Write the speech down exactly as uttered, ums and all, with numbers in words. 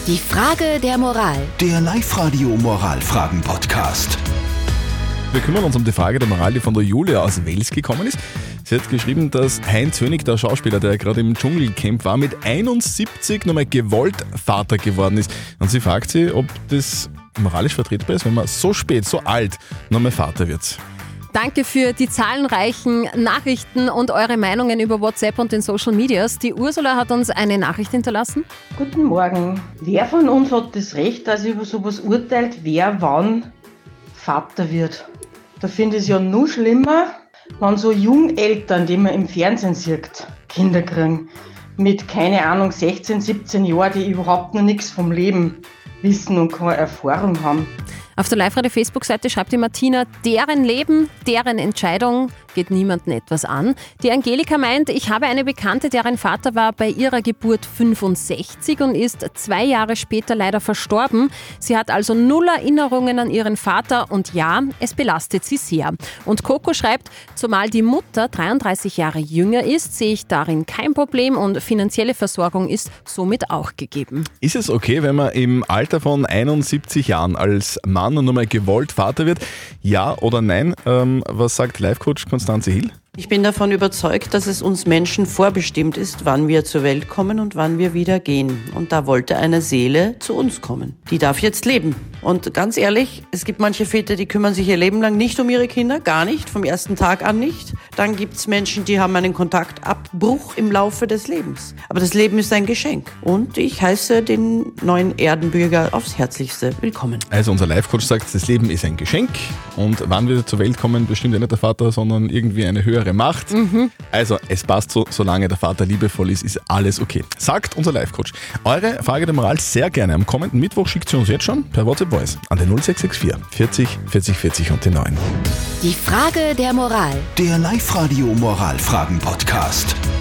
Die Frage der Moral. Der Live-Radio-Moralfragen-Podcast. Wir kümmern uns um die Frage der Moral, die von der Julia aus Wels gekommen ist. Sie hat geschrieben, dass Heinz Hönig, der Schauspieler, der gerade im Dschungelcamp war, mit einundsiebzig nochmal gewollt Vater geworden ist. Und sie fragt sie, ob das moralisch vertretbar ist, wenn man so spät, so alt nochmal Vater wird. Danke für die zahlenreichen Nachrichten und eure Meinungen über WhatsApp und den Social Medias. Die Ursula hat uns eine Nachricht hinterlassen. Guten Morgen. Wer von uns hat das Recht, dass über sowas urteilt, wer wann Vater wird? Da finde ich es ja nur schlimmer, wenn so Jungeltern, die man im Fernsehen sieht, Kinder kriegen. Mit, keine Ahnung, sechzehn, siebzehn Jahren, die überhaupt noch nichts vom Leben wissen und keine Erfahrung haben. Auf der Live-Radio-Facebook-Seite schreibt die Martina, deren Leben, deren Entscheidung geht niemandem etwas an. Die Angelika meint, ich habe eine Bekannte, deren Vater war bei ihrer Geburt fünfundsechzig und ist zwei Jahre später leider verstorben. Sie hat also null Erinnerungen an ihren Vater und ja, es belastet sie sehr. Und Coco schreibt, zumal die Mutter dreiunddreißig Jahre jünger ist, sehe ich darin kein Problem und finanzielle Versorgung ist somit auch gegeben. Ist es okay, wenn man im Alter von einundsiebzig Jahren als Mann und nochmal gewollt Vater wird? Ja oder nein? Ähm, was sagt Life-Coach Konstanze Hill? Ich bin davon überzeugt, dass es uns Menschen vorbestimmt ist, wann wir zur Welt kommen und wann wir wieder gehen. Und da wollte eine Seele zu uns kommen. Die darf jetzt leben. Und ganz ehrlich, es gibt manche Väter, die kümmern sich ihr Leben lang nicht um ihre Kinder, gar nicht, vom ersten Tag an nicht. Dann gibt es Menschen, die haben einen Kontaktabbruch im Laufe des Lebens. Aber das Leben ist ein Geschenk. Und ich heiße den neuen Erdenbürger aufs Herzlichste willkommen. Also unser Life-Coach sagt, das Leben ist ein Geschenk und wann wir zur Welt kommen, bestimmt ja nicht der Vater, sondern irgendwie eine höhere Macht. Mhm. Also es passt so, solange der Vater liebevoll ist, ist alles okay. Sagt unser Life-Coach. Eure Frage der Moral sehr gerne. Am kommenden Mittwoch schickt sie uns jetzt schon per WhatsApp Voice an den null sechs sechs vier vierzig vierzig vierzig und den neun. Die Frage der Moral. Der Live-Radio-Moralfragen-Podcast.